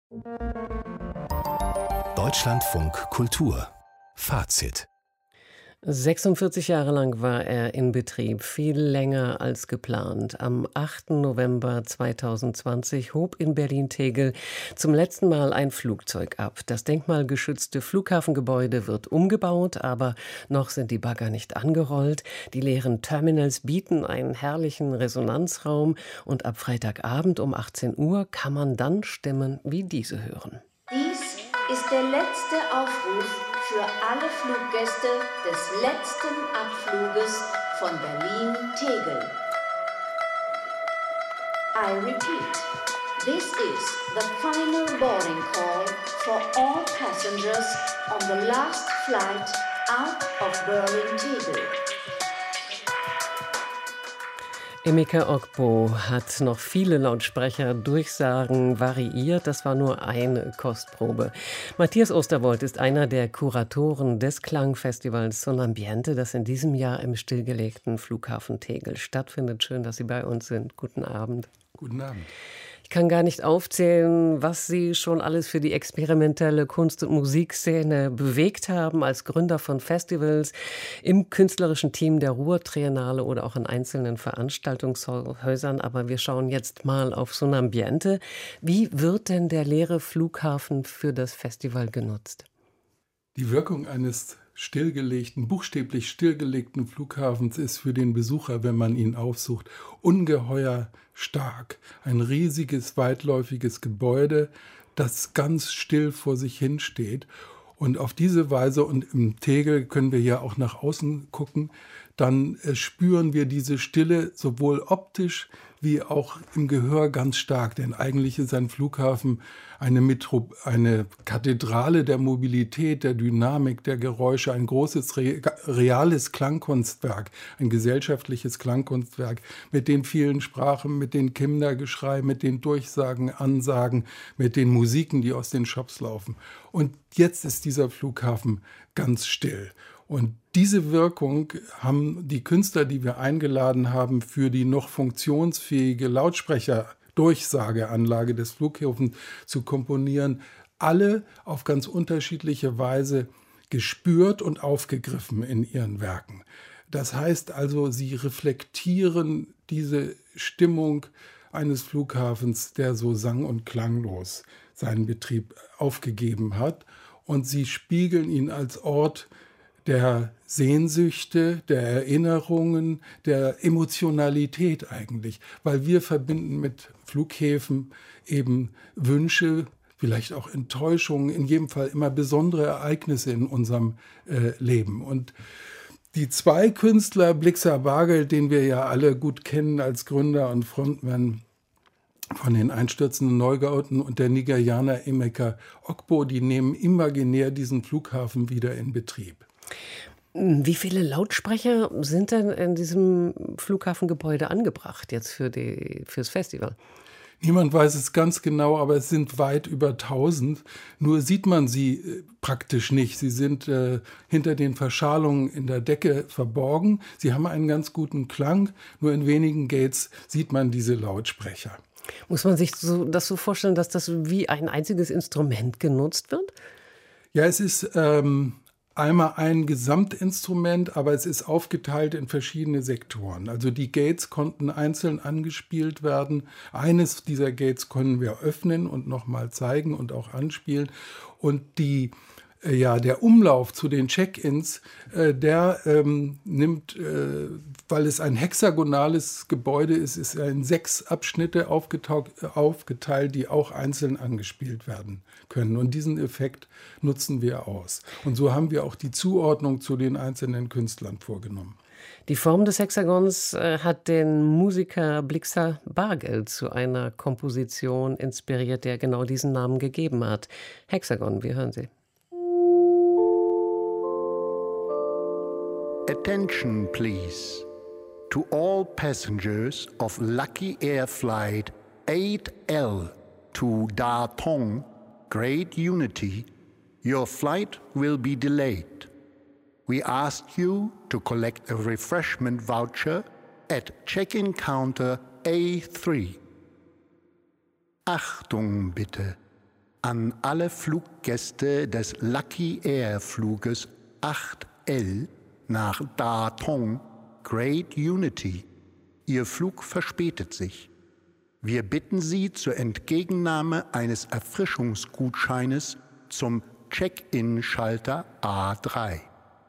Deutschlandfunk Kultur Fazit 46 Jahre lang war er in Betrieb, viel länger als geplant. Am 8. November 2020 hob in Berlin-Tegel zum letzten Mal ein Flugzeug ab. Das denkmalgeschützte Flughafengebäude wird umgebaut, aber noch sind die Bagger nicht angerollt. Die leeren Terminals bieten einen herrlichen Resonanzraum und ab Freitagabend um 18 Uhr kann man dann Stimmen wie diese hören. Dies ist der letzte Aufruf für alle Fluggäste des letzten Abfluges von Berlin-Tegel. I repeat, this is the final boarding call for all passengers on the last flight out of Berlin-Tegel. Emeka Ogbo hat noch viele Lautsprecherdurchsagen variiert. Das war nur eine Kostprobe. Matthias Osterwold ist einer der Kuratoren des Klangfestivals Sonambiente, das in diesem Jahr im stillgelegten Flughafen Tegel stattfindet. Schön, dass Sie bei uns sind. Guten Abend. Guten Abend. Ich kann gar nicht aufzählen, was Sie schon alles für die experimentelle Kunst- und Musikszene bewegt haben, als Gründer von Festivals, im künstlerischen Team der Ruhr-Triennale oder auch in einzelnen Veranstaltungshäusern. Aber wir schauen jetzt mal auf Sonambiente. Wie wird denn der leere Flughafen für das Festival genutzt? Die Wirkung eines buchstäblich stillgelegten Flughafens ist für den Besucher, wenn man ihn aufsucht, ungeheuer stark. Ein riesiges, weitläufiges Gebäude, das ganz still vor sich hin steht. Und auf diese Weise, und im Tegel können wir ja auch nach außen gucken, dann spüren wir diese Stille sowohl optisch wie auch im Gehör ganz stark. Denn eigentlich ist ein Flughafen eine Kathedrale der Mobilität, der Dynamik, der Geräusche, ein großes reales Klangkunstwerk, ein gesellschaftliches Klangkunstwerk mit den vielen Sprachen, mit den Kindergeschrei, mit den Durchsagen, Ansagen, mit den Musiken, die aus den Shops laufen. Und jetzt ist dieser Flughafen ganz still. Und diese Wirkung haben die Künstler, die wir eingeladen haben, für die noch funktionsfähige Lautsprecherdurchsageanlage des Flughafens zu komponieren, alle auf ganz unterschiedliche Weise gespürt und aufgegriffen in ihren Werken. Das heißt also, sie reflektieren diese Stimmung eines Flughafens, der so sang- und klanglos seinen Betrieb aufgegeben hat. Und sie spiegeln ihn als Ort der Sehnsüchte, der Erinnerungen, der Emotionalität eigentlich. Weil wir verbinden mit Flughäfen eben Wünsche, vielleicht auch Enttäuschungen, in jedem Fall immer besondere Ereignisse in unserem Leben. Und die zwei Künstler, Blixa Bargeld, den wir ja alle gut kennen als Gründer und Frontmann von den einstürzenden Neubauten, und der Nigerianer Emeka Ogbo, die nehmen imaginär diesen Flughafen wieder in Betrieb. Wie viele Lautsprecher sind denn in diesem Flughafengebäude angebracht jetzt fürs Festival? Niemand weiß es ganz genau, aber es sind weit über 1000. Nur sieht man sie praktisch nicht. Sie sind hinter den Verschalungen in der Decke verborgen. Sie haben einen ganz guten Klang. Nur in wenigen Gates sieht man diese Lautsprecher. Muss man sich das so vorstellen, dass das wie ein einziges Instrument genutzt wird? Ja, es ist einmal ein Gesamtinstrument, aber es ist aufgeteilt in verschiedene Sektoren. Also die Gates konnten einzeln angespielt werden. Eines dieser Gates können wir öffnen und nochmal zeigen und auch anspielen. Und der Umlauf zu den Check-ins, der nimmt, weil es ein hexagonales Gebäude ist in 6 Abschnitte aufgeteilt, die auch einzeln angespielt werden können. Und diesen Effekt nutzen wir aus. Und so haben wir auch die Zuordnung zu den einzelnen Künstlern vorgenommen. Die Form des Hexagons hat den Musiker Blixa Bargeld zu einer Komposition inspiriert, der genau diesen Namen gegeben hat. Hexagon, wir hören Sie. Attention, please. To all passengers of Lucky Air Flight 8L to Da Thong, Great Unity, your flight will be delayed. We ask you to collect a refreshment voucher at check-in counter A3. Achtung bitte. an alle Fluggäste des Lucky Air Fluges 8L nach Da Thong, Great Unity. Ihr Flug verspätet sich. Wir bitten Sie zur Entgegennahme eines Erfrischungsgutscheines zum Check-in-Schalter A3.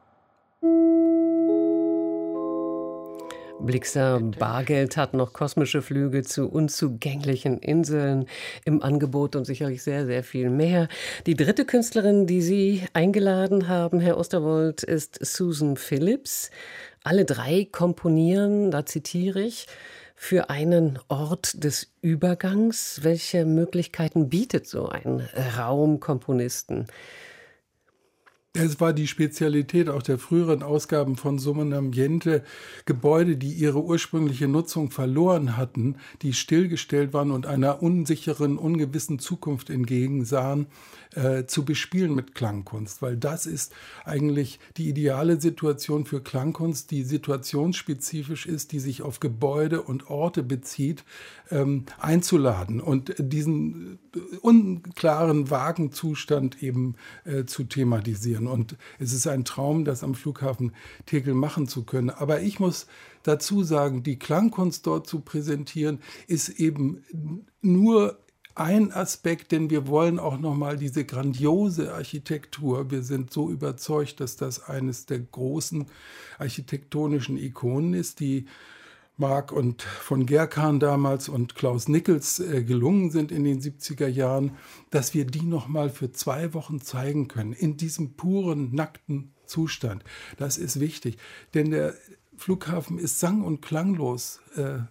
Blixer Bargeld hat noch kosmische Flüge zu unzugänglichen Inseln im Angebot und sicherlich sehr, sehr viel mehr. Die dritte Künstlerin, die Sie eingeladen haben, Herr Osterwold, ist Susan Phillips. Alle drei komponieren, da zitiere ich, für einen Ort des Übergangs. Welche Möglichkeiten bietet so ein Raum Komponisten? Es war die Spezialität auch der früheren Ausgaben von Summum Ambiente, Gebäude, die ihre ursprüngliche Nutzung verloren hatten, die stillgestellt waren und einer unsicheren, ungewissen Zukunft entgegensahen, zu bespielen mit Klangkunst. Weil das ist eigentlich die ideale Situation für Klangkunst, die situationsspezifisch ist, die sich auf Gebäude und Orte bezieht, einzuladen und diesen unklaren, vagen Zustand eben zu thematisieren. Und es ist ein Traum, das am Flughafen Tegel machen zu können. Aber ich muss dazu sagen, die Klangkunst dort zu präsentieren, ist eben nur ein Aspekt, denn wir wollen auch nochmal diese grandiose Architektur. Wir sind so überzeugt, dass das eines der großen architektonischen Ikonen ist, die Marc und von Gerkan damals und Klaus Nickels gelungen sind in den 70er Jahren, dass wir die nochmal für 2 Wochen zeigen können, in diesem puren, nackten Zustand. Das ist wichtig, denn der Flughafen ist sang- und klanglos,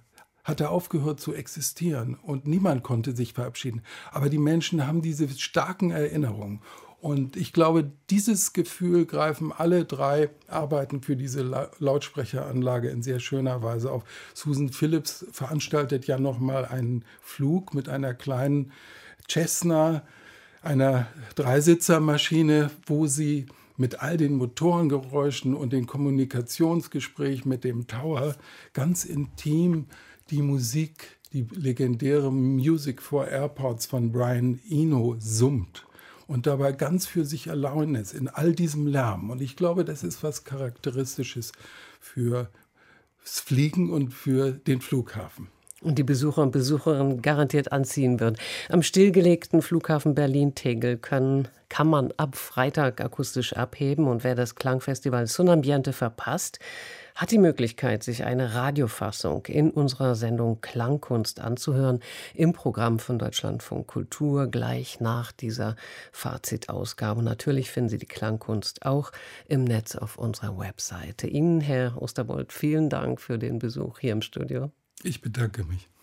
hat er aufgehört zu existieren und niemand konnte sich verabschieden. Aber die Menschen haben diese starken Erinnerungen. Und ich glaube, dieses Gefühl greifen alle drei Arbeiten für diese Lautsprecheranlage in sehr schöner Weise auf. Susan Phillips veranstaltet ja nochmal einen Flug mit einer kleinen Cessna, einer Dreisitzermaschine, wo sie mit all den Motorengeräuschen und den Kommunikationsgesprächen mit dem Tower ganz intim die Musik, die legendäre Music for Airports von Brian Eno summt und dabei ganz für sich allein ist in all diesem Lärm. Und ich glaube, das ist was Charakteristisches fürs Fliegen und für den Flughafen. Und die Besucher und Besucherinnen garantiert anziehen wird. Am stillgelegten Flughafen Berlin-Tegel kann man ab Freitag akustisch abheben. Und wer das Klangfestival Sonambiente verpasst, hat die Möglichkeit, sich eine Radiofassung in unserer Sendung Klangkunst anzuhören, im Programm von Deutschlandfunk Kultur, gleich nach dieser Fazitausgabe. Natürlich finden Sie die Klangkunst auch im Netz auf unserer Webseite. Ihnen, Herr Osterwold, vielen Dank für den Besuch hier im Studio. Ich bedanke mich.